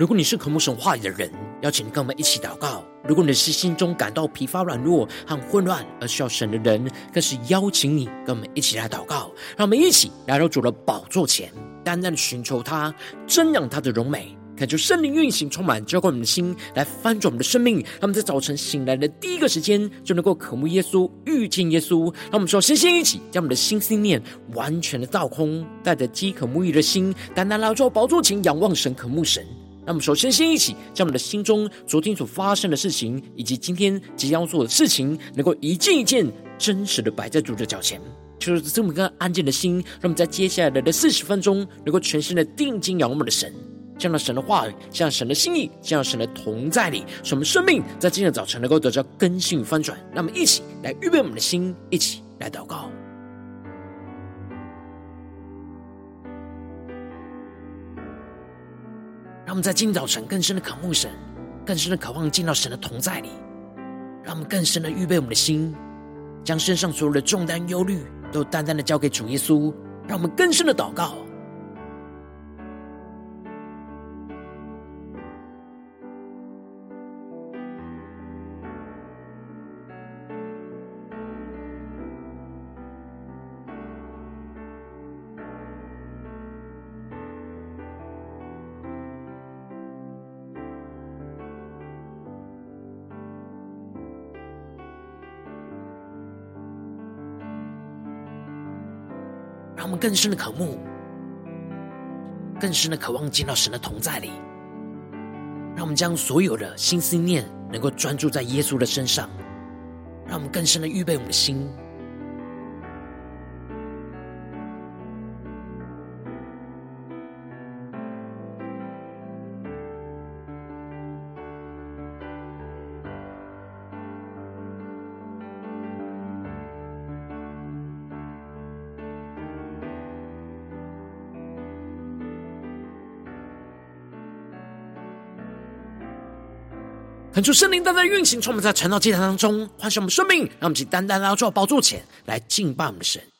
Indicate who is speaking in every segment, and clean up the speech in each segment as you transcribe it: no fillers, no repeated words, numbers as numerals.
Speaker 1: 如果你是渴慕神话语的人，邀请你跟我们一起祷告。如果你是心中感到疲乏软弱和混乱而需要神的人，更是邀请你跟我们一起来祷告。让我们一起来到主的宝座前，单单的寻求他，瞻仰他的荣美，恳求圣灵运行充满浇灌我们的心，来翻转我们的生命。让我们在早晨醒来的第一个时间就能够渴慕耶稣，遇见耶稣。让我们说先一起将我们的心思念完全的倒空，带着饥渴沐浴的心，单单来到宝座前仰望神，渴慕神。让我们首先一起将我们的心中昨天所发生的事情，以及今天即将要做的事情，能够一件一件真实的摆在主的脚前。就是这么一个安静的心，让我们在接下来的40分钟，能够全心的定睛仰望我们的神，向着神的话语，向着神的心意，向着神的同在里，使我们生命在今天的早晨能够得到更新与翻转。让我们一起来预备我们的心，一起来祷告。让我们在今天早晨更深的渴慕神，更深的渴望进到神的同在里。让我们更深的预备我们的心，将身上所有的重担忧虑都单单的交给主耶稣。让我们更深的祷告。让我们更深的渴慕，更深的渴望进到神的同在里。让我们将所有的心思念能够专注在耶稣的身上。让我们更深的预备我们的心。恳求圣灵单单运行，充满在晨祷祭坛当中，唤醒我们生命。让我们一起单单来到宝座前来敬拜我们的神。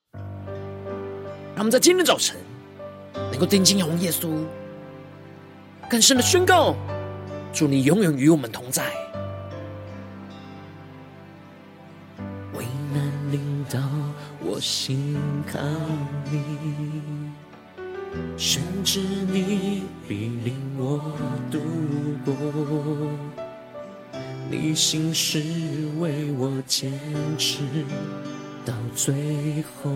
Speaker 1: 让我们在今天早晨能够定睛仰望耶稣，更深的宣告：主，你永远与我们同在。
Speaker 2: 危难临到我心靠你，甚至你必领我度过，你心事为我坚持到最后。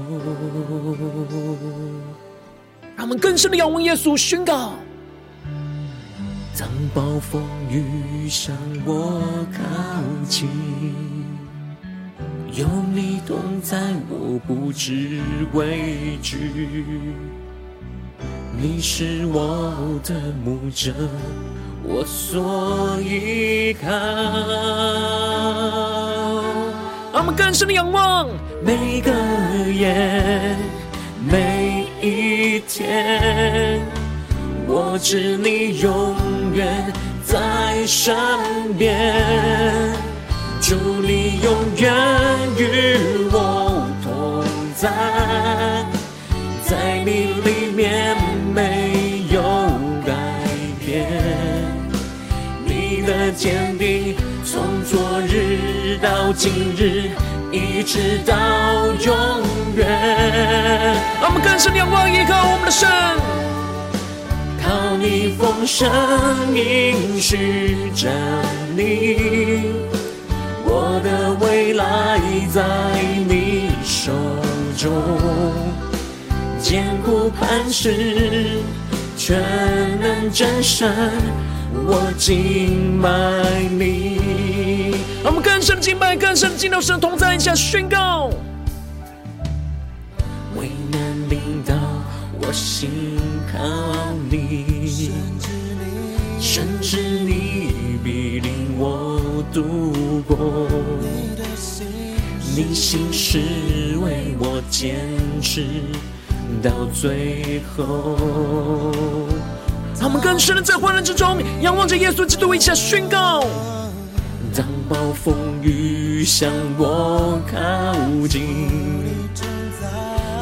Speaker 1: 让我们更深的仰望耶稣，宣告：
Speaker 2: 当暴风雨向我靠近，有你同在，我不知畏惧。你是我的牧者，我所依靠。
Speaker 1: 让我们更深的仰望，
Speaker 2: 每个夜，每一天，我知你永远在身边。主，你永远与我同在，在你里面没有改变，你的坚定从昨日到今日，一直到永远。
Speaker 1: 让我们更深仰望依靠我们的神，
Speaker 2: 靠你丰盛应许站立，我的未来在你手中，艰苦磐石全能战胜，我敬拜你。
Speaker 1: 让我们更深敬拜，更深进到神同在一下宣告：
Speaker 2: 危难临到我心靠你，甚至你必领我度过，你心事为我坚持到最后。
Speaker 1: 让我们更深的在患难之中仰望着耶稣基督一下宣告：
Speaker 2: 当暴风雨向我靠近，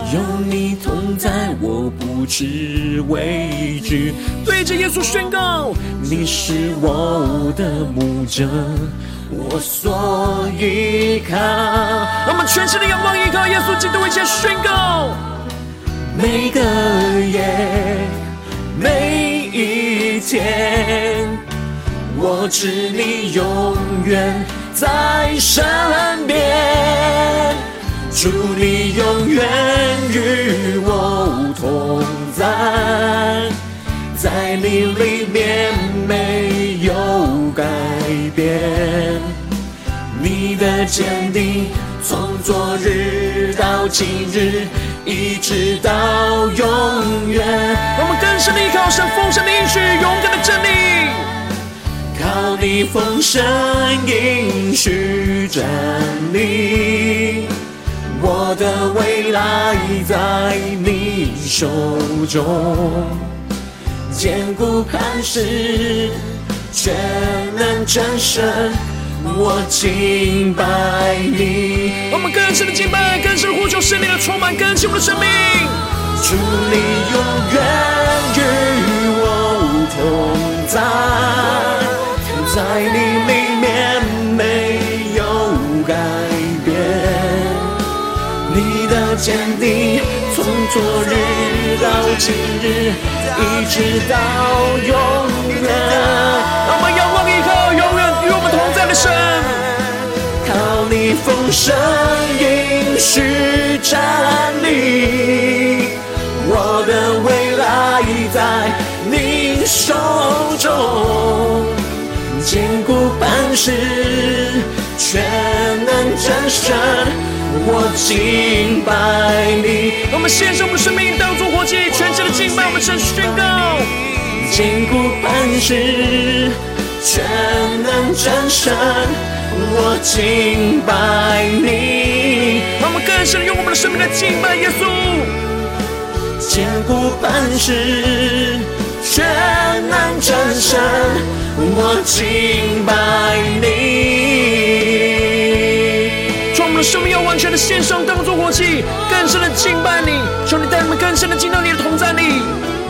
Speaker 2: 有你同在，我不知畏惧。
Speaker 1: 对着耶稣宣告，
Speaker 2: 你是我的牧者，我所依靠。
Speaker 1: 让我们全心的仰望依靠耶稣基督，一起宣告。
Speaker 2: 每个夜，每一天，我知你永远在身边。主，你永远与我同在，在你里面没有改变。你的坚定从昨日到今日，一直到永远。
Speaker 1: 让我们更深的依靠神丰盛的应许，勇敢的站立，
Speaker 2: 靠你丰盛应许站立，我的未来在你手中，坚固磐石，全能战胜，我敬拜你。
Speaker 1: 我们更深的敬拜，更深的呼求圣灵的充满更新我们的生命。
Speaker 2: 主，你永远与我同在，在你里面没有改变。你的坚定从昨日到今日，一直到永远。
Speaker 1: 让我们仰望依靠永远与我们同在的神，
Speaker 2: 靠你丰盛应许站立，我的未来在你手中，坚固磐石，全能战胜，我敬拜你。
Speaker 1: 让我们献上我们的生命当作活祭，全身的敬拜我们神宣告。
Speaker 2: 坚固磐石，全能战胜，我敬拜你。
Speaker 1: 让我们更深用我们的生命来敬拜耶稣。
Speaker 2: 坚固磐石，全能战胜，我敬拜你。
Speaker 1: 从我们的生命要完全的献上当作活祭，更深的敬拜你，求你带我们更深的进到你的同在里，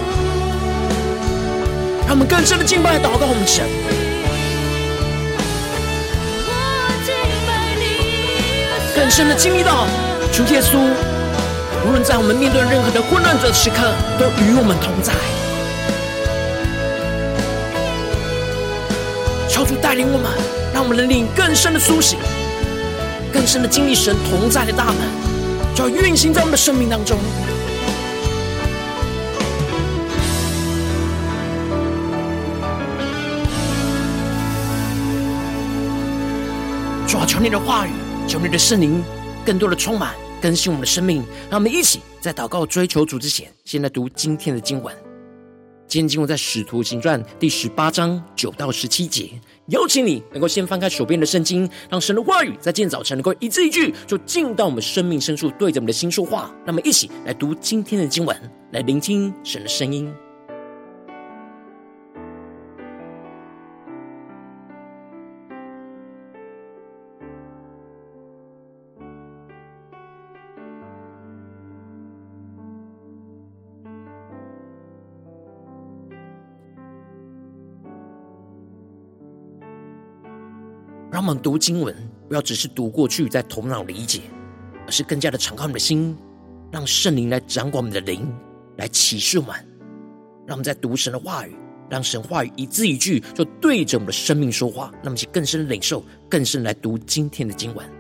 Speaker 1: 让我们更深的敬拜祷告我们神。更深的经历到主耶稣无论在我们面对任何的混乱的时刻，都与我们同在。求主带领我们，让我们的灵更深的苏醒，更深的经历神同在的大门，就要运行在我们的生命当中。主啊，求你的话语，求你的圣灵更多的充满更新我们的生命。让我们一起在祷告追求主之前，先来读今天的经文。今天经文在使徒行传第18章9到17节。邀请你能够先翻开手边的圣经，让神的话语在今天早晨能够一字一句就进到我们生命深处，对着我们的心说话。让我们一起来读今天的经文，来聆听神的声音。让我们读经文，不要只是读过去在头脑理解，而是更加的敞开我们的心，让圣灵来掌管我们的灵，来启示我们。让我们在读神的话语，让神话语一字一句就对着我们的生命说话。让我们去更深的领受，更深来读今天的经文。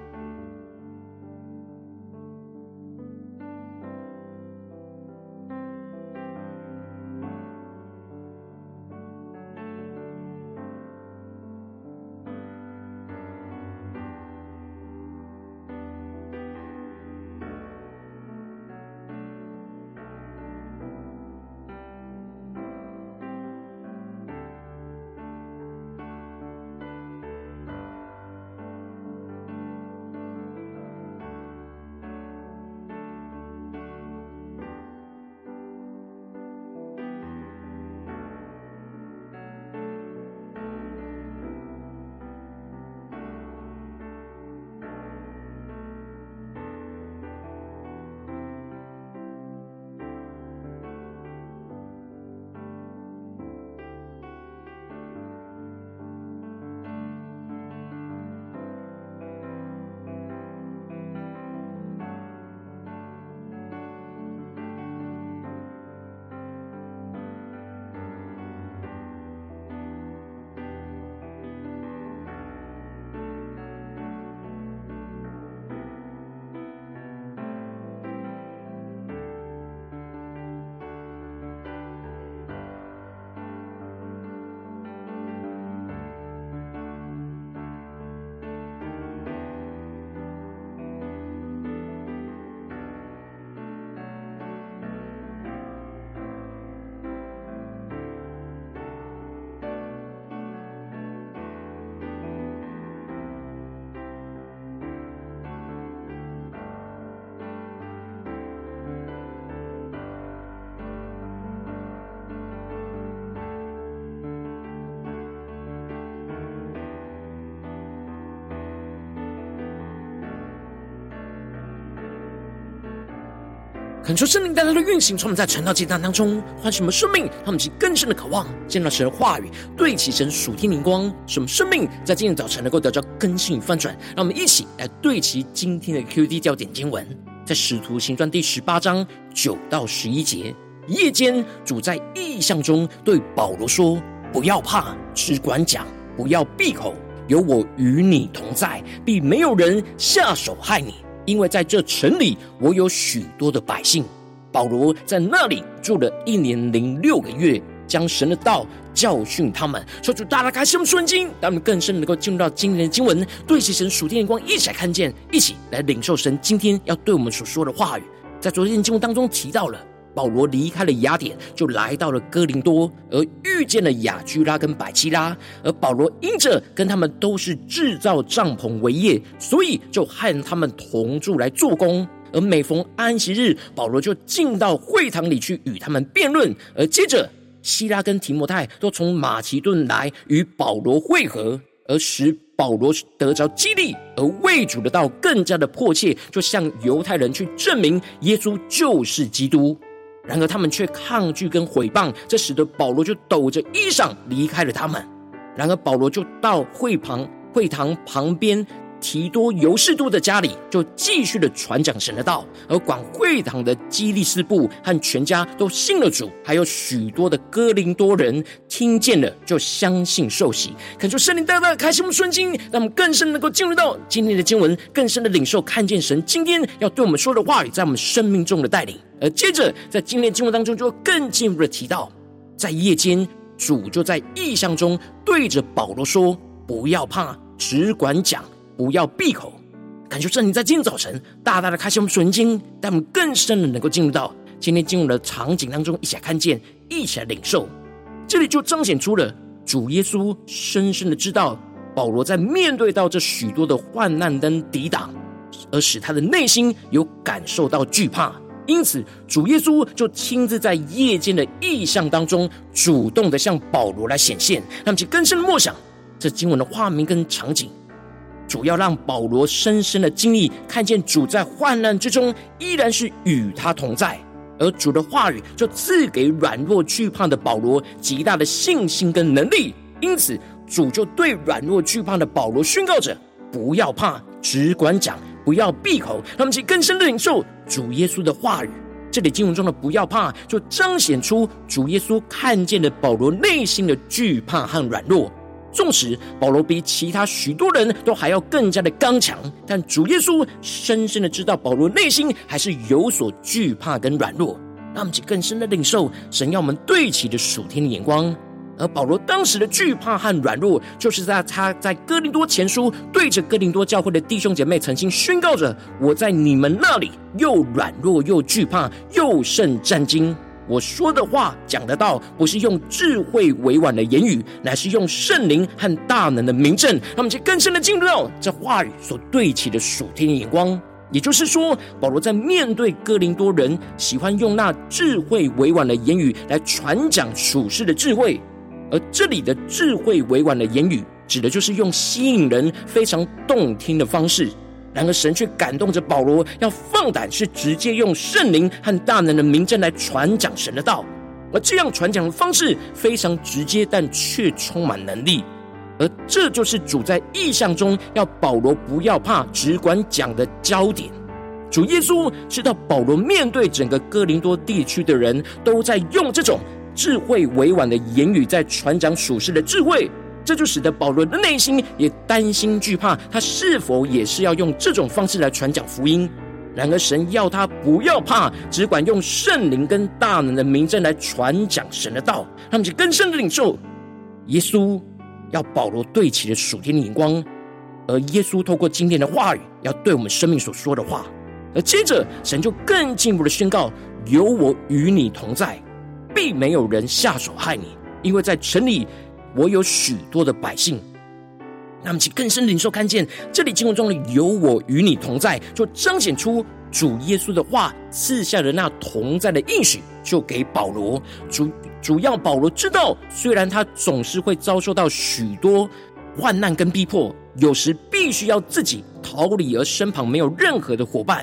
Speaker 1: 恳求圣灵带来的运行，从我们在晨祷祭坛当中唤醒我们生命，让我们更深的渴望见到神的话语，对齐神属天灵光，使我们生命在今天早晨能够得到更新与翻转。让我们一起来对齐今天的 QD 焦点经文，在使徒行传第18章9到11节。夜间，主在异象中对保罗说：不要怕，只管讲，不要闭口，有我与你同在，必没有人下手害你。因为在这城里，我有许多的百姓。保罗在那里住了1年06个月，将神的道教训他们。求主大大开示我们属灵经，让我们更深能够进入到今天的经文，对齐神属天的光，一起来看见，一起来领受神今天要对我们所说的话语。在昨天的经文当中提到了，保罗离开了雅典，就来到了哥林多，而遇见了雅居拉跟百基拉。而保罗因着跟他们都是制造帐篷为业，所以就和他们同住来做工。而每逢安息日，保罗就进到会堂里去与他们辩论。而接着希拉跟提摩太都从马其顿来与保罗会合，而使保罗得着激励，而为主的道更加的迫切，就向犹太人去证明耶稣就是基督。然而他们却抗拒跟毁谤，这使得保罗就抖着衣裳离开了他们。然而保罗就到会堂旁边提多犹士多的家里，就继续的传讲神的道。而管会堂的基利斯布和全家都信了主，还有许多的哥林多人听见了就相信受洗。恳求圣灵大大开启我们顺经，让我们更深能够进入到今天的经文，更深的领受看见神今天要对我们说的话语在我们生命中的带领。而接着在今天的经文当中，就更进一步的提到，在夜间主就在异象中对着保罗说：不要怕，只管讲，不要闭口。感谢圣灵在今天早晨大大的开启我们属灵经，让我们更深的能够进入到今天经文的场景当中，一起来看见，一起来领受。这里就彰显出了主耶稣深深的知道保罗在面对到这许多的患难跟抵挡，而使他的内心有感受到惧怕。因此主耶稣就亲自在夜间的异象当中主动的向保罗来显现，让其更深的默想这经文的画面跟场景，主要让保罗深深的经历看见主在患难之中依然是与他同在。而主的话语就赐给软弱惧怕的保罗极大的信心跟能力。因此主就对软弱惧怕的保罗宣告着：不要怕，只管讲，不要闭口。让我们一起更深的领受主耶稣的话语。这里经文中的不要怕，就彰显出主耶稣看见了保罗内心的惧怕和软弱。纵使保罗比其他许多人都还要更加的刚强，但主耶稣深深的知道保罗内心还是有所惧怕跟软弱。让我们更深的领受神要我们对齐的属天的眼光。而保罗当时的惧怕和软弱，就是在他在哥林多前书对着哥林多教会的弟兄姐妹曾经宣告着：我在你们那里又软弱又惧怕，又甚战惊。我说的话讲的道，不是用智慧委婉的言语，乃是用圣灵和大能的明证。让我们更深的进入到这话语所对齐的属天的眼光。也就是说，保罗在面对哥林多人喜欢用那智慧委婉的言语来传讲属世的智慧，而这里的智慧委婉的言语指的就是用吸引人非常动听的方式。然而神却感动着保罗要放胆，是直接用圣灵和大能的明证来传讲神的道。而这样传讲的方式非常直接，但却充满能力。而这就是主在异象中要保罗不要怕，只管讲的焦点。主耶稣知道保罗面对整个哥林多地区的人都在用这种智慧委婉的言语在传讲属世的智慧，这就使得保罗的内心也担心惧怕，他是否也是要用这种方式来传讲福音。然而神要他不要怕，只管用圣灵跟大能的明证来传讲神的道。他们就更深的领受耶稣要保罗对齐的属天的眼光，而耶稣透过今天的话语要对我们生命所说的话。而接着神就更进一步的宣告：有我与你同在，必没有人下手害你，因为在城里我有许多的百姓。那么请更深领受看见这里经文中的有我与你同在，就彰显出主耶稣的话赐下的那同在的应许，就给保罗。主要保罗知道，虽然他总是会遭受到许多患难跟逼迫，有时必须要自己逃离，而身旁没有任何的伙伴，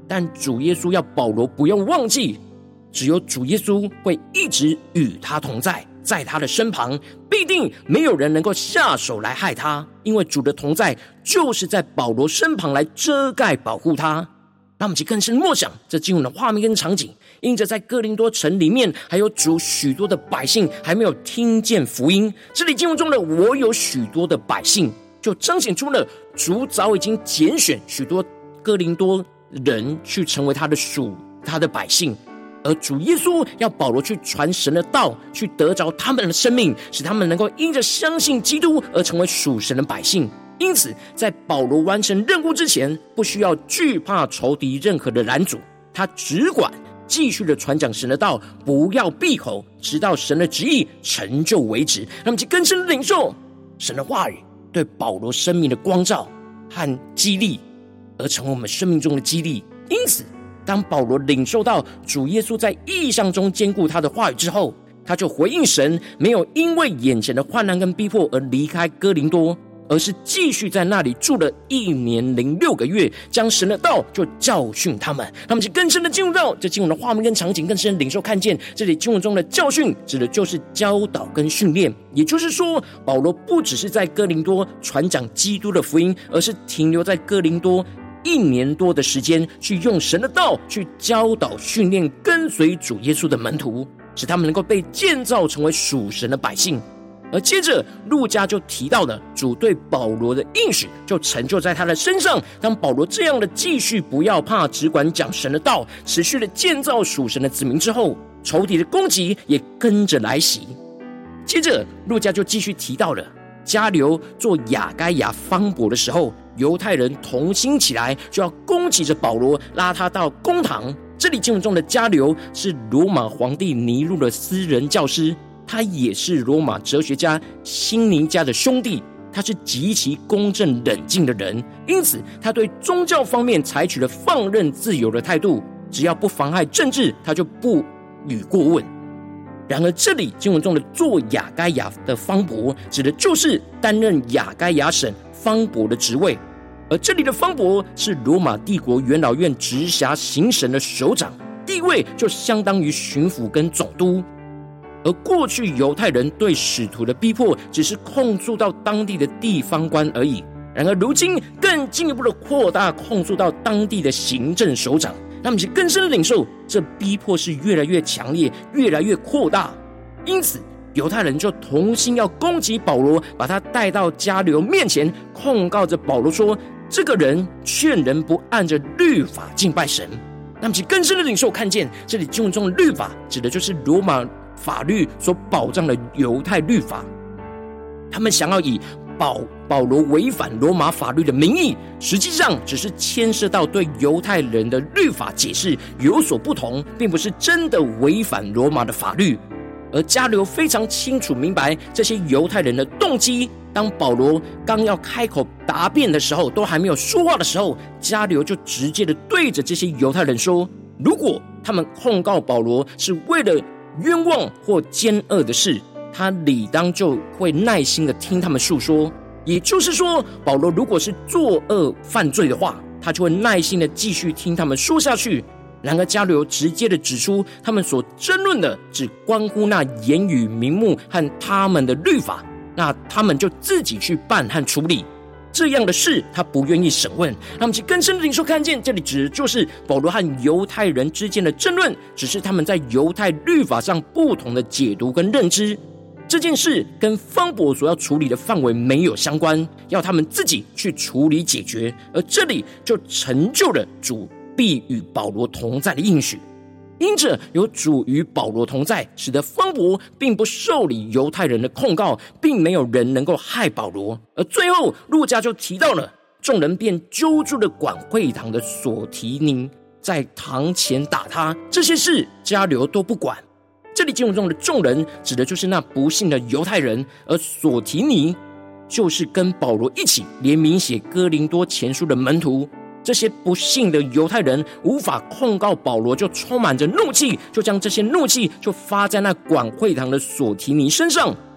Speaker 1: 但主耶稣要保罗不用忘记，只有主耶稣会一直与他同在，在他的身旁，必定没有人能够下手来害他，因为主的同在就是在保罗身旁来遮盖保护他。让我们去更深默想这经文的画面跟场景，因着在哥林多城里面还有主许多的百姓还没有听见福音，这里经文中的我有许多的百姓，就彰显出了主早已经拣选许多哥林多人去成为他的属，他的百姓，而主耶稣要保罗去传神的道，去得着他们的生命，使他们能够因着相信基督而成为属神的百姓。因此在保罗完成任务之前，不需要惧怕仇敌任何的拦阻，他只管继续的传讲神的道，不要闭口，直到神的旨意成就为止。让我们去更深的领受神的话语对保罗生命的光照和激励，而成为我们生命中的激励。因此当保罗领受到主耶稣在异象中坚固他的话语之后，他就回应神，没有因为眼前的患难跟逼迫而离开哥林多，而是继续在那里住了1年6个月，将神的道就教训他们。他们就更深的进入到这经文的画面跟场景，更深的领受看见这里经文中的教训指的就是教导跟训练。也就是说，保罗不只是在哥林多传讲基督的福音，而是停留在哥林多1年多的时间，去用神的道去教导训练跟随主耶稣的门徒，使他们能够被建造成为属神的百姓。而接着路加就提到了主对保罗的应许就成就在他的身上。当保罗这样的继续不要怕，只管讲神的道，持续的建造属神的子民之后，仇敌的攻击也跟着来袭。接着路加就继续提到了迦流做亚该亚方伯的时候，犹太人同心起来，就要攻击着保罗，拉他到公堂。这里经文中的迦流是罗马皇帝尼禄的私人教师，他也是罗马哲学家辛尼加的兄弟，他是极其公正冷静的人，因此他对宗教方面采取了放任自由的态度，只要不妨害政治，他就不予过问。然而这里经文中的做亚该亚的方伯，指的就是担任亚该亚省方伯的职位，而这里的方伯是罗马帝国元老院直辖行省的首长，地位就相当于巡抚跟总督。而过去犹太人对使徒的逼迫只是控诉到当地的地方官而已，然而如今更进一步的扩大，控诉到当地的行政首长。他们是更深的领受，这逼迫是越来越强烈，越来越扩大。因此犹太人就同心要攻击保罗，把他带到迦流面前，控告着保罗说，这个人劝人不按着律法敬拜神。他们是更深的领受看见，这里经文中的律法指的就是罗马法律所保障的犹太律法。他们想要以保罗违反罗马法律的名义，实际上只是牵涉到对犹太人的律法解释有所不同，并不是真的违反罗马的法律。而迦流非常清楚明白这些犹太人的动机，当保罗刚要开口答辩的时候，都还没有说话的时候，迦流就直接的对着这些犹太人说，如果他们控告保罗是为了冤枉或奸恶的事，他理当就会耐心的听他们述说。也就是说，保罗如果是作恶犯罪的话，他就会耐心的继续听他们说下去。然而迦流直接的指出，他们所争论的只关乎那言语名目和他们的律法，那他们就自己去办和处理，这样的事他不愿意审问。他们去更深的领受看见，这里指的就是保罗和犹太人之间的争论，只是他们在犹太律法上不同的解读跟认知，这件事跟方伯所要处理的范围没有相关，要他们自己去处理解决。而这里就成就了主必与保罗同在的应许。因着有主与保罗同在，使得方伯并不受理犹太人的控告，并没有人能够害保罗。而最后路加就提到了，众人便揪住了管会堂的索提尼，在堂前打他，这些事迦流都不管。这里经文中的众人指的就是那不信的犹太人，而索提尼就是跟保罗一起联名写哥林多前书的门徒。这些不信的犹太人无法控告保罗，就充满着怒气，就将这些怒气就发在那管会堂的索提尼身上。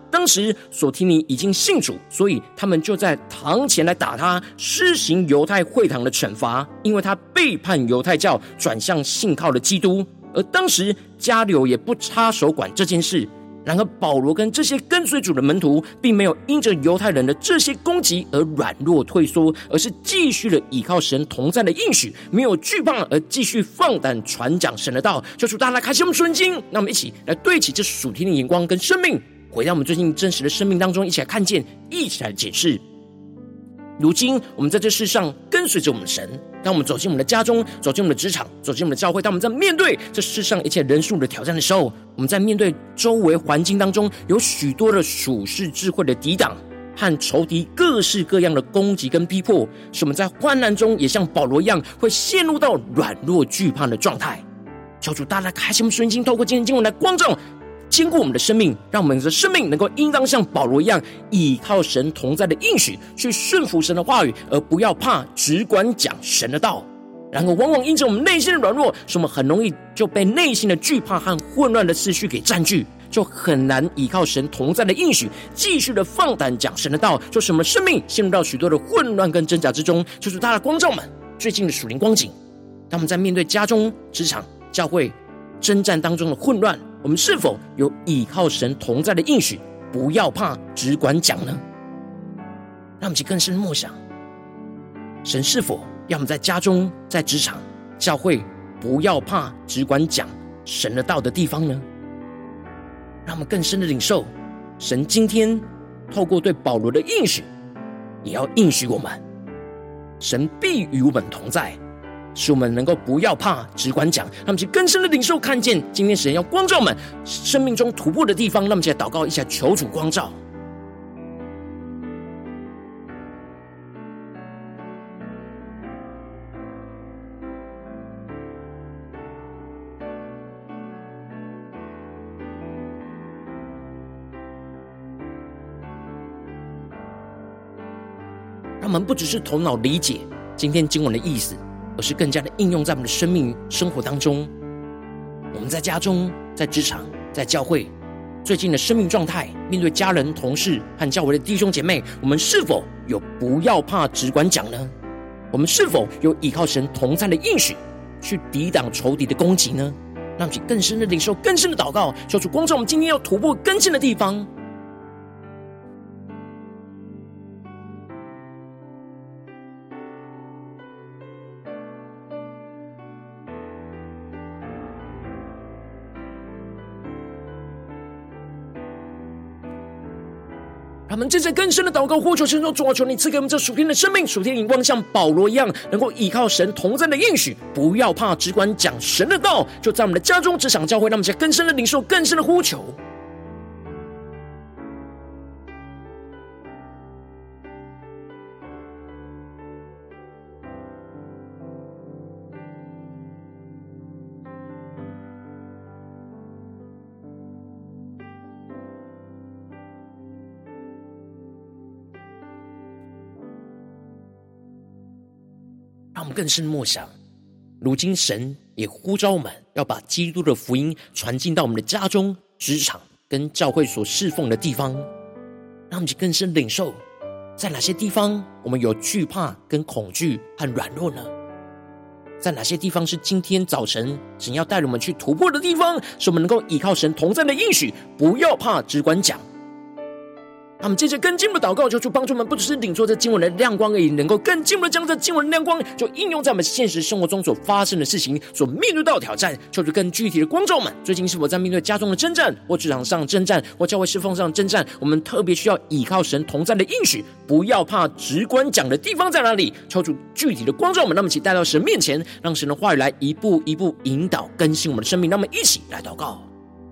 Speaker 1: 当时所提尼已经信主，所以他们就在堂前来打他，施行犹太会堂的惩罚，因为他背叛犹太教，转向信靠了基督。而当时迦流也不插手管这件事。然而保罗跟这些跟随主的门徒并没有因着犹太人的这些攻击而软弱退缩，而是继续的倚靠神同在的应许，没有惧怕，而继续放胆传讲神的道。求主大家来开启我们属灵经，让我们一起来对齐这属天的眼光跟生命，回到我们最近真实的生命当中，一起来看见，一起来解释。如今我们在这世上跟随着我们的神，当我们走进我们的家中，走进我们的职场，走进我们的教会，当我们在面对这世上一切人数的挑战的时候，我们在面对周围环境当中有许多的属世智慧的抵挡和仇敌各式各样的攻击跟逼迫，使我们在患难中也像保罗一样会陷入到软弱惧怕的状态。求主大家开启我们属灵经，透过今天经文来光照坚固我们的生命，让我们的生命能够应当像保罗一样，倚靠神同在的应许，去顺服神的话语，而不要怕，只管讲神的道。然而往往因着我们内心的软弱，使我们很容易就被内心的惧怕和混乱的思绪给占据，就很难依靠神同在的应许，继续的放胆讲神的道，就使我们生命陷入到许多的混乱跟挣扎之中。就是大家的光照们最近的属灵光景，当我们在面对家中、职场、教会征战当中的混乱，我们是否有倚靠神同在的应许，不要怕，只管讲呢？让我们去更深默想，神是否要我们在家中、在职场、教会不要怕，只管讲神的道的地方呢？让我们更深的领受神今天透过对保罗的应许，也要应许我们，神必与我们同在，使我们能够不要怕，只管讲。让我们去更深的领受看见今天神要光照我们生命中突破的地方。让我们一起来祷告一下，求主光照。让我们不只是头脑理解今天经文的意思，而是更加的应用在我们的生命生活当中。我们在家中、在职场、在教会，最近的生命状态，面对家人、同事和教会的弟兄姐妹，我们是否有不要怕，只管讲呢？我们是否有依靠神同在的应许，去抵挡仇敌的攻击呢？让我们更深的领受、更深的祷告，求主光照我们今天要突破更新的地方。让我们接着更深的祷告，呼求神说：主啊，求你赐给我们这属天的生命、属天的眼光，像保罗一样，能够依靠神同在的应许，不要怕，只管讲神的道。就在我们的家中、职场、教会，让我们在更深的领受、更深的呼求。让我们更深默想，如今神也呼召我们要把基督的福音传进到我们的家中、职场跟教会所侍奉的地方。让我们更深领受，在哪些地方我们有惧怕跟恐惧和软弱呢？在哪些地方是今天早晨神要带我们去突破的地方，使我们能够依靠神同在的应许，不要怕，只管讲。他们接着更进一步的祷告，求主帮助我们，不只是领受这经文的亮光而已，能够更进一步的将这经文的亮光就应用在我们现实生活中所发生的事情，所面对到的挑战。求主更具体的光照我们，最近是否在面对家中的征战，或职场上征战，或教会侍奉上的征战，我们特别需要依靠神同在的应许，不要怕，只管讲的地方在哪里？求主具体的光照我们，让我们一起带到神面前，让神的话语来一步一步引导更新我们的生命。让我们一起来祷告。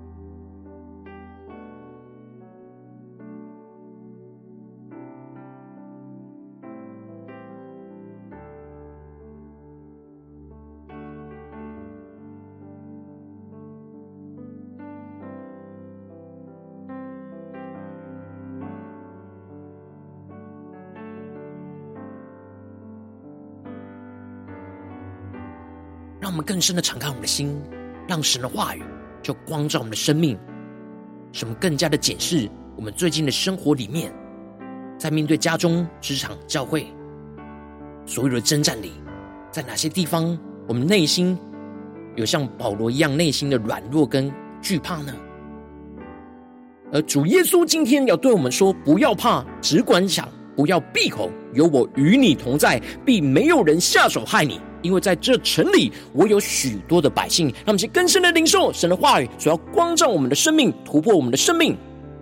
Speaker 1: 让我们更深的敞开我们的心，让神的话语就光照我们的生命，使我们更加的检视我们最近的生活里面，在面对家中、职场、教会所有的征战里，在哪些地方我们内心有像保罗一样内心的软弱跟惧怕呢？而主耶稣今天要对我们说，不要怕，只管讲，不要闭口，有我与你同在，必没有人下手害你，因为在这城里我有许多的百姓。让我们去更深的领受神的话语所要光照我们的生命，突破我们的生命。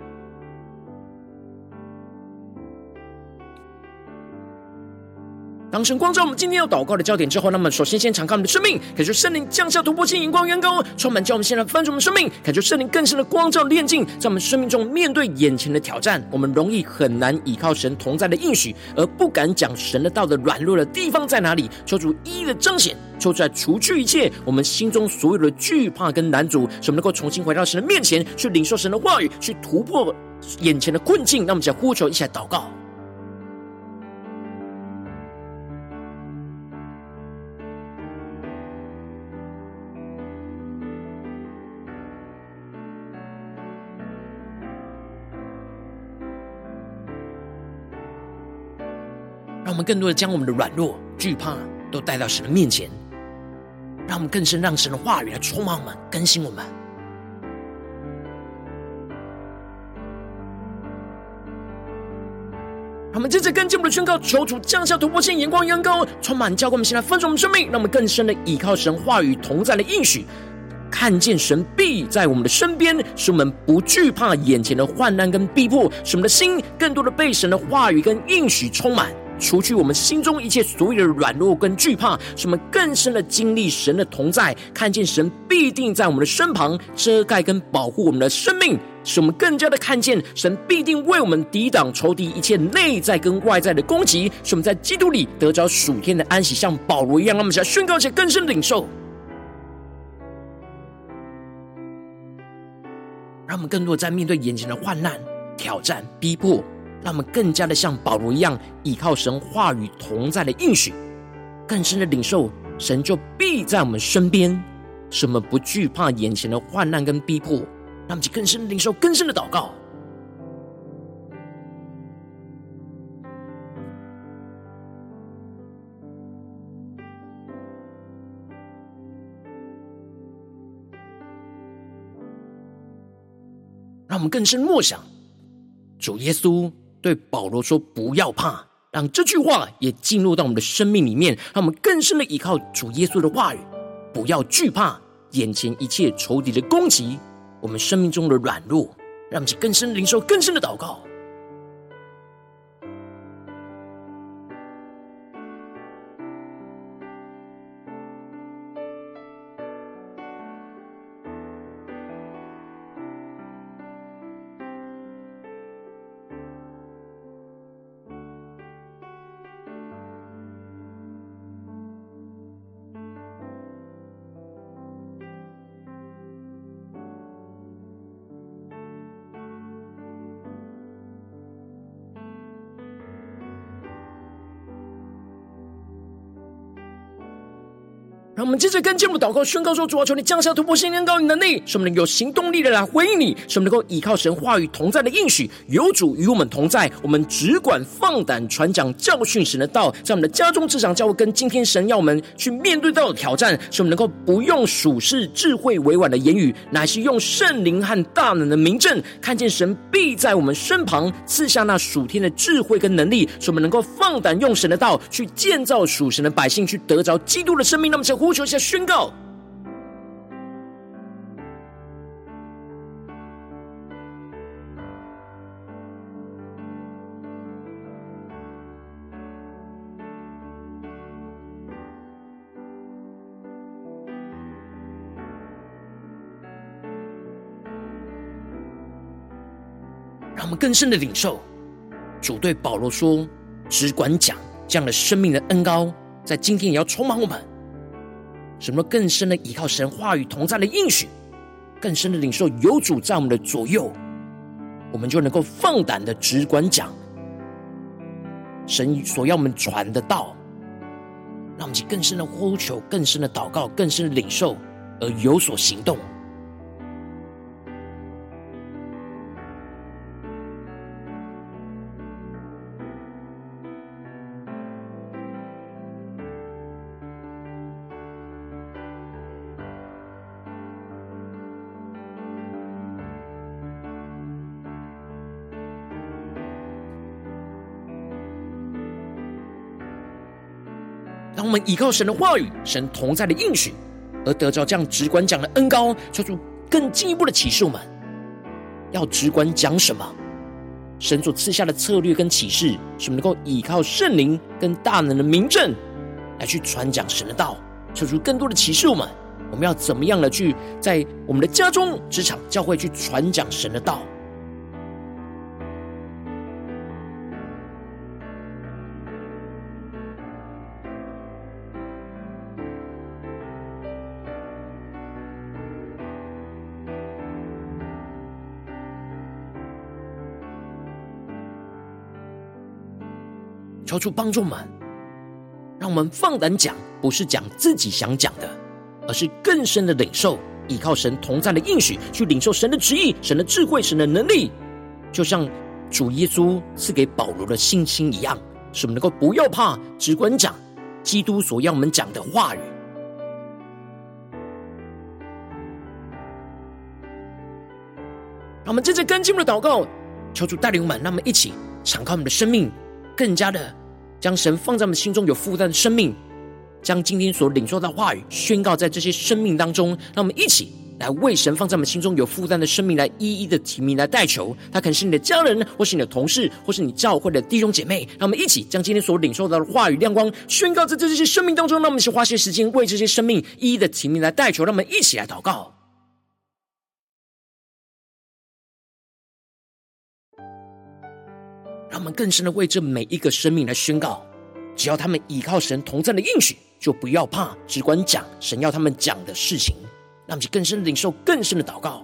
Speaker 1: 当神光照我们今天要祷告的焦点之后，那么首先敞开我们的生命，感受圣灵降下突破性眼光远高，充满叫我们现在翻转我们生命，感受圣灵更深的光照炼净，在我们生命中面对眼前的挑战，我们容易很难依靠神同在的应许，而不敢讲神的道的软弱的地方在哪里？求主一一的彰显，求主来除去一切我们心中所有的惧怕跟难阻，使我们能够重新回到神的面前，去领受神的话语，去突破眼前的困境。让我们一起来呼求，一起来祷告。让我们更多的将我们的软弱、惧怕都带到神的面前，让我们更深让神的话语来充满我们、更新我们。让我们接着跟进我们的宣告，求主降下突破性眼光远高，充满教灌我们现在分盛我们生命，让我们更深的依靠神话语同在的应许，看见神必在我们的身边，使我们不惧怕眼前的患难跟逼迫，使我们的心更多的被神的话语跟应许充满，除去我们心中一切所有的软弱跟惧怕，使我们更深的经历神的同在，看见神必定在我们的身旁遮盖跟保护我们的生命，使我们更加的看见神必定为我们抵挡仇敌一切内在跟外在的攻击，使我们在基督里得着属天的安息，像保罗一样。让我们一起来宣告，一起更深的领受，让我们更多在面对眼前的患难、挑战、逼迫，让我们更加的像保罗一样，依靠神话语同在的应许，更深的领受神就必在我们身边，使我们不惧怕眼前的患难跟逼迫。让我们更深的领受，更深的祷告。让我们更深默想主耶稣对保罗说不要怕，让这句话也进入到我们的生命里面，让我们更深的依靠主耶稣的话语，不要惧怕眼前一切仇敌的攻击，我们生命中的软弱，让我们更深的领受，更深的祷告。让我们接着跟进我们的祷告宣告说，主啊，求你降下突破性眼高与能力，使我们能有行动力的来回应你，使我们能够依靠神话语同在的应许，有主与我们同在，我们只管放胆传讲教训神的道，在我们的家中、职场、教会跟今天神要我们去面对到的挑战，使我们能够不用属世智慧委婉的言语，乃是用圣灵和大能的明证，看见神必在我们身旁赐下那属天的智慧跟能力，使我们能够放胆用神的道去建造属神的百姓，去得着基督的生命。那么先呼求一下宣告。让我们更深的领受主对保罗说只管讲这样的生命的恩膏，在今天也要充满我们，使我们更深的依靠神话语同在的应许，更深的领受有主在我们的左右，我们就能够放胆的只管讲神所要我们传的道，让我们更深的呼求，更深的祷告，更深的领受，而有所行动。 当我们依靠神的话语、神同在的应许，而得着这样直管讲的恩膏，求主更进一步的启示我们，要直管讲什么。神所赐下的策略跟启示，使我们能够依靠圣灵跟大能的明证来去传讲神的道。求主更多的启示我们要怎么样的去在我们的家中、职场、教会去传讲神的道。求主帮助我们，让我们放胆讲，不是讲自己想讲的，而是更深的领受，依靠神同在的应许，去领受神的旨意、神的智慧、神的能力，就像主耶稣赐给保罗的信心一样，使我们能够不要怕，只管讲基督所要我们讲的话语。让我们接着跟进我们的祷告，求主带领我们，让我们一起敞开我们的生命，更加的将神放在我们心中有负担的生命，将今天所领受到话语宣告在这些生命当中。让我们一起来为神放在我们心中有负担的生命来一一的提名来代求。他可能是你的家人，或是你的同事，或是你教会的弟兄姐妹。让我们一起将今天所领受到的话语亮光宣告在这些生命当中。让我们一起花些时间为这些生命一一的提名来代求。让我们一起来祷告。让我们更深的为这每一个生命来宣告，只要他们依靠神同在的应许，就不要怕，只管讲神要他们讲的事情。让我们更深的领受更深的祷告。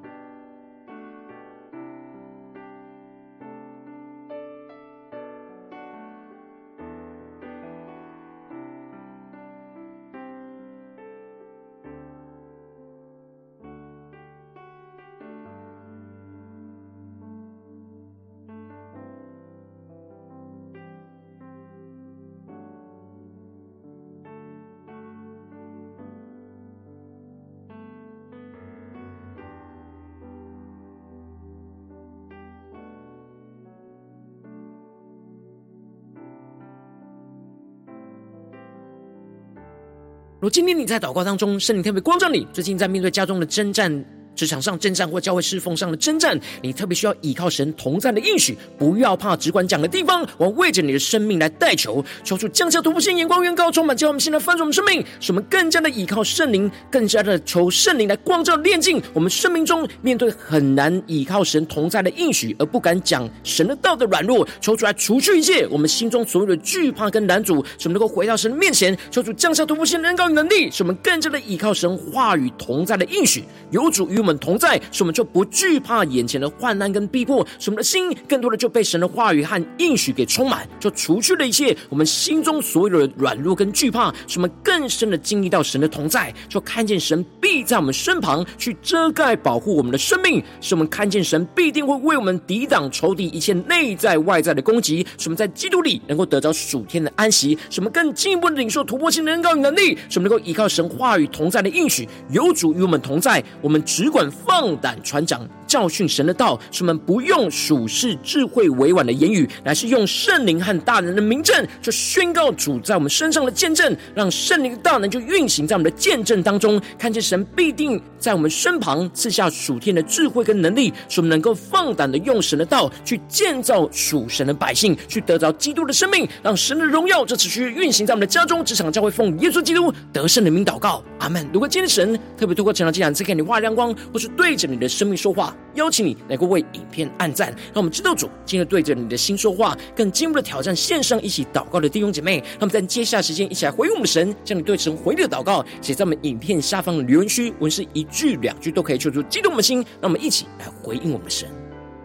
Speaker 1: 如果今天你在祷告当中，圣灵特别光照你，最近在面对家中的征战、职场上征战或教会侍奉上的征战，你特别需要依靠神同在的应许，不要怕，只管讲的地方，我为着你的生命来代求，求出降下突破性眼光远高，充满叫我们现在翻转我们生命，使我们更加的依靠圣灵，更加的求圣灵来光照炼净我们生命中面对很难依靠神同在的应许而不敢讲神的道的软弱，求主来除去一切我们心中所有的惧怕跟拦阻，使我们能够回到神的面前，求主降下突破性的恩膏与能力，使我们更加的依靠神话语同在的应许，有主与我们同在，使我们就不惧怕眼前的患难跟逼迫，使我们的心更多的就被神的话语和应许给充满，就除去了一切我们心中所有的软弱跟惧怕，使我们更深的经历到神的同在，就看见神必在我们身旁去遮盖保护我们的生命，使我们看见神必定会为我们抵挡仇敌一切内在外在的攻击，使我们在基督里能够得着属天的安息，使我们更进一步的领受突破性的恩膏与能力，使我们能够依靠神话语同在的应许，有主与我们同在，我们只管放胆传讲教训神的道，使我们不用属世智慧委婉的言语，乃是用圣灵和大能的明证，就宣告主在我们身上的见证，让圣灵的大能就运行在我们的见证当中，看见神必定在我们身旁赐下属天的智慧跟能力，使我们能够放胆的用神的道去建造属神的百姓，去得着基督的生命，让神的荣耀这持续运行在我们的家中、职场、教会，奉耶稣基督得胜的名祷告，阿们。如果今天神特别透过成长祭坛赐给你话亮光，或是对着你的生命说话，邀请你能够为影片按赞，让我们知道主今天对着你的心说话，更进一步的挑战线上一起祷告的弟兄姐妹，让我们在接下来时间一起来回应我们的神，将你对神回应的祷告写在我们影片下方的留言区，文是一句两句都可以求出激动我们的心，让我们一起来回应我们的神。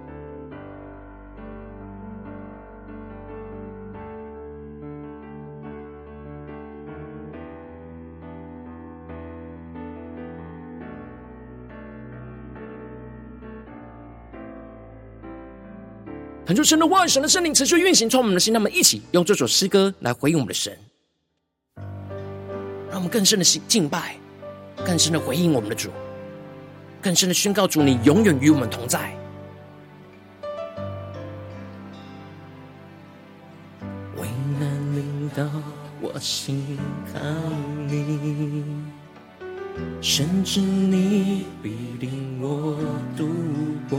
Speaker 1: 恳求神的话语、神的圣灵持续运行，从我们的心，让我们一起用这首诗歌来回应我们的神，让我们更深的敬拜，更深的回应我们的主，更深的宣告主，你永远与我们同在。
Speaker 2: 危难临到我信靠你，甚至你必领我度过，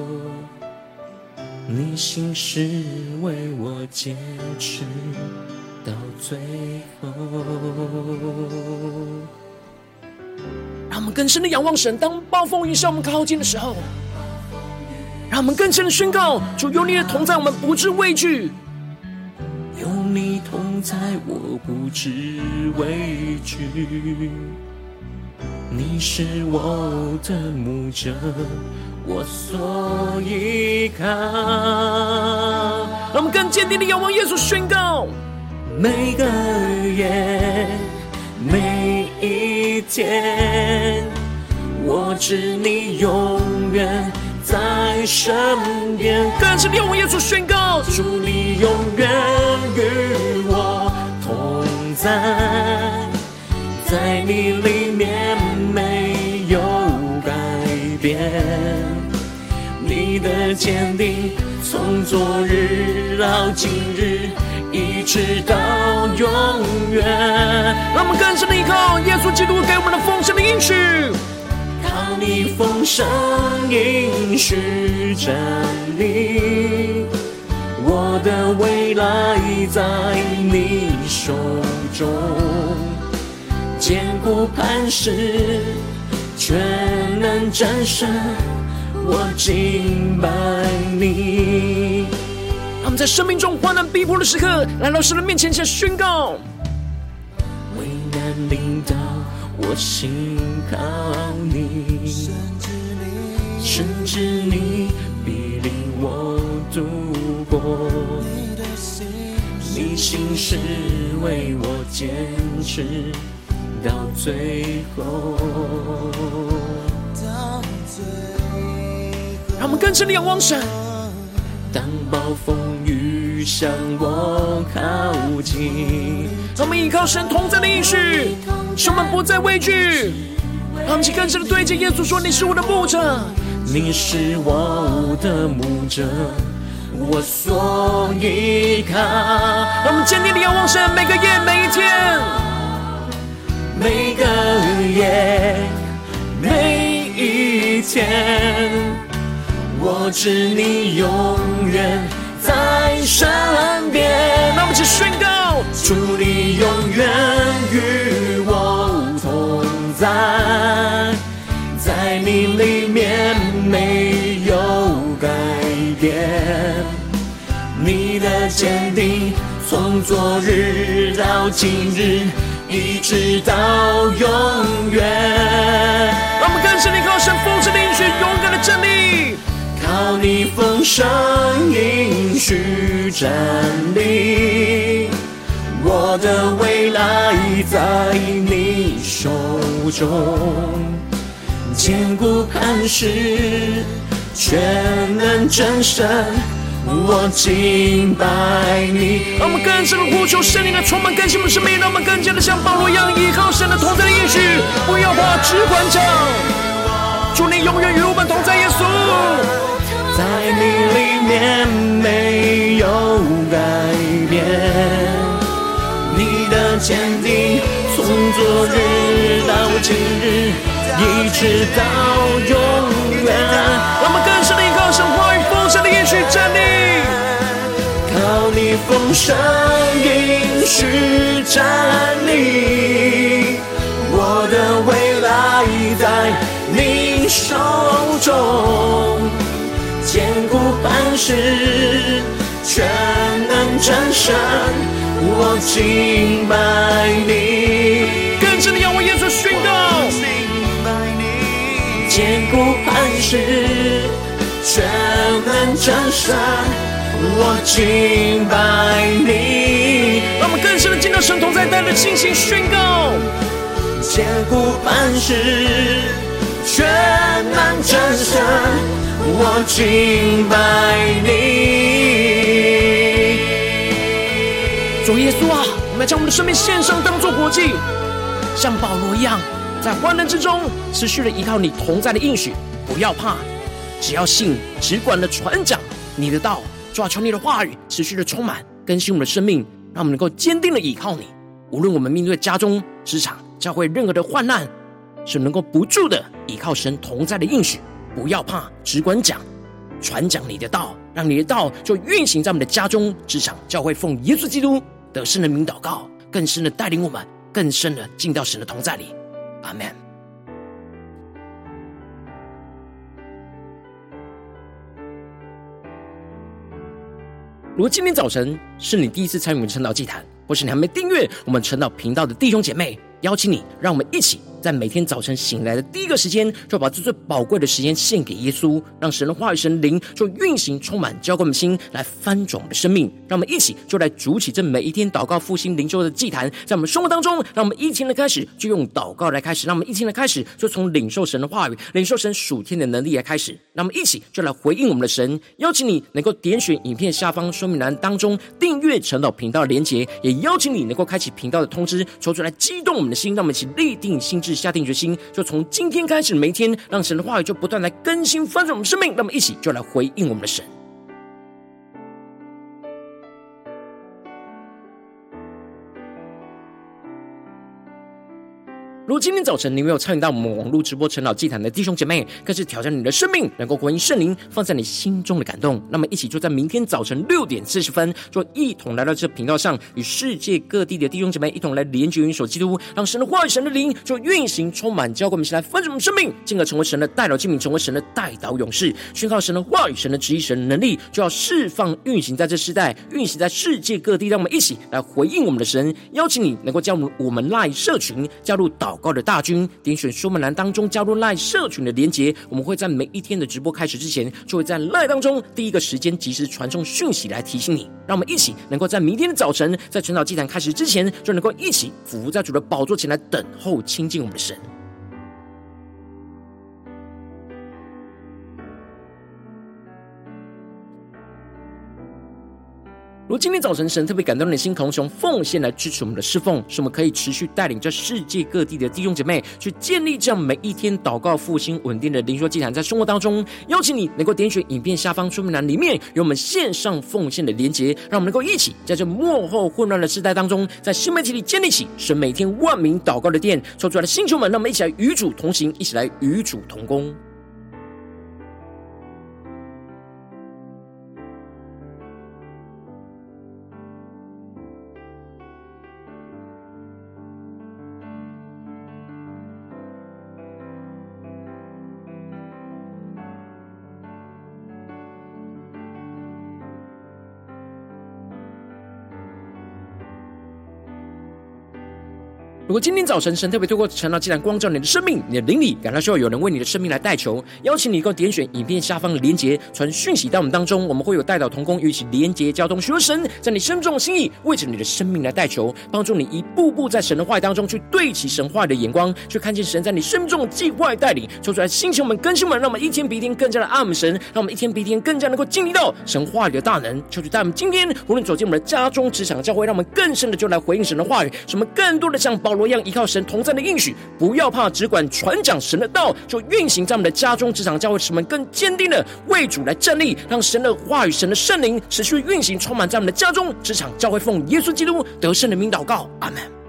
Speaker 2: 你心事为我坚持到最后。
Speaker 1: 让我们更深的仰望神，当暴风雨向我们靠近的时候，让我们更深的宣告：主，有你的同在，我们不致畏惧；
Speaker 2: 有你同在，我不致畏惧。你是我的牧者，我所依靠。
Speaker 1: 让我们更坚定的仰望耶稣，宣告：
Speaker 2: 每个夜，每一天，我知你永远在身边。
Speaker 1: 更是仰望耶稣，宣告：
Speaker 2: 主，你永远与我同在，在你里面没有改变，你的坚定从昨日到今日，一直到永远。
Speaker 1: 让我们更深的依靠耶稣基督给我们的丰盛的应许，
Speaker 2: 靠你丰盛应许站立，我的未来在你手中，坚固磐石，全能战胜，我敬拜你。
Speaker 1: 让我们在生命中患难逼迫的时刻，来到神的面前，先宣告：
Speaker 2: 危难临到，我信靠你，甚至你必领我度过，你心事为我坚持到最后。
Speaker 1: 让我们更深的仰望神，
Speaker 2: 当暴风雨向我靠近，
Speaker 1: 让我们依靠神同在的应许，使我们不再畏惧。让我们去更深的对着耶稣说：你是我的牧者，
Speaker 2: 你是我的牧者，我所依靠。
Speaker 1: 让我们坚定的仰望神，每个夜每一天，
Speaker 2: 每个夜每一天，我知你永远在身边。
Speaker 1: 让我们一起宣告：
Speaker 2: 主，你永远与我同在，在你里面没有改变，你的坚定从昨日到今日，一直到永远。
Speaker 1: 让我们更深地靠神丰盛的应许，勇敢的站立，
Speaker 2: 靠你丰盛应许站立，我的未来在你手中，坚固磐石，全能战胜，我敬拜你。
Speaker 1: 让我们更深的呼求圣灵的充满更新我们生命，让我们更加的像保罗一样依靠神的同在的应许，不要怕，只管讲。主，你永远与我们同在，耶稣，
Speaker 2: 在你里面没有改变，你的坚定从昨日到今日，一直到永远。
Speaker 1: 让我们更深的依靠神话语丰盛的应许站立，
Speaker 2: 靠你丰盛应许站立，我的未来在你手中，坚固磐石，全能战胜，我敬拜你。
Speaker 1: 更深的仰望耶稣，宣告：
Speaker 2: 坚固磐石，全能战胜，我敬拜你。
Speaker 1: 让我们更深的进到神同在，带着信心宣告：
Speaker 2: 坚固磐石，全能战胜，我敬拜你。
Speaker 1: 主耶稣啊，我们要将我们的生命献上，当作活祭，像保罗一样，在患难之中持续的依靠你同在的应许，不要怕，只要信，只管的传讲你的道。主啊，求你的话语持续的充满更新我们的生命，让我们能够坚定的依靠你， 无论我们面对家中、职场、教会任何的患难，是能够不住的依靠神同在的应许，不要怕，只管讲，传讲你的道，让你的道就运行在我们的家中、职场、教会，奉耶稣基督得胜的名祷告，更深的带领我们，更深的进到神的同在里。阿们。如果今天早晨是你第一次参与我们晨祷祭坛，或是你还没订阅我们晨祷频道的弟兄姐妹，邀请你，让我们一起在每天早晨醒来的第一个时间，就把这最宝贵的时间献给耶稣，让神的话语、神的灵就运行充满，浇灌我们的心，来翻转我们的生命。让我们一起就来筑起这每一天祷告复兴灵修的祭坛，在我们生活当中，让我们一天的开始就用祷告来开始，让我们一天的开始就从领受神的话语、领受神属天的能力来开始。让我们一起就来回应我们的神。邀请你能够点选影片下方说明栏当中订阅晨祷频道的连结，也邀请你能够开启频道的通知，抽出来激动我们的心。让我们一起立定心志，下定决心，就从今天开始每一天，让神的话语就不断来更新翻转我们生命。让我们一起就来回应我们的神。如果今天早晨你没有参与到我们网络直播晨祷祭坛的弟兄姐妹，更是挑战你的生命，能够回应圣灵放在你心中的感动。那么一起就在明天早晨6:40，就一同来到这频道上，与世界各地的弟兄姐妹一同来连结云手基督，让神的话语、神的灵就运行充满，浇灌我们一起来分盛我们生命，进而成为神的代祷器皿，成为神的代祷勇士，宣告神的话语、神的旨意、神的能力，就要释放运行在这世代，运行在世界各地。让我们一起来回应我们的神。邀请你能够加入我们 LINE 社群，加入祷告的大军，点选说明栏当中加入 LINE 社群的连结。我们会在每一天的直播开始之前，就会在 LINE 当中第一个时间及时传送讯息来提醒你。让我们一起能够在明天的早晨，在晨祷祭坛开始之前，就能够一起俯伏在主的宝座前来等候亲近我们的神。如果今天早晨神特别感动你的心，渴望从奉献来支持我们的侍奉，使我们可以持续带领着世界各地的弟兄姐妹去建立这样每一天祷告复兴稳定的灵修祭坛，在生活当中邀请你能够点选影片下方说明栏里面有我们线上奉献的连结，让我们能够一起在这末后混乱的时代当中，在新媒体里建立起神每天万名祷告的殿，抽出来的星球们，让我们一起来与主同行，一起来与主同工。如果今天早晨神特别透过晨祷祭坛光照你的生命，你的灵里感到需要有人为你的生命来代求，邀请你能够点选影片下方的连结，传讯息到我们当中，我们会有代祷同工与一起连结交通，寻求神在你生命中的心意，为着你的生命来代求，帮助你一步步在神的话语当中去对齐神话语的眼光，去看见神在你生命中的计划带领，抽出来星球们更新们，让我们一天比一天更加的爱我们神，让我们一天比一天更加能够经历到神话语的大能。求主带我们今天无论走进我们的家中、职场、教会，让我们更深的就来回应神的话语，使我们更多的像保罗一样依靠神同在的应许，不要怕，只管传讲神的道，就运行在我们的家中、职场、教会，使我们更坚定的为主来站立，让神的话语、神的圣灵持续运行充满在我们的家中、职场、教会，奉耶稣基督得胜的名祷告，阿们。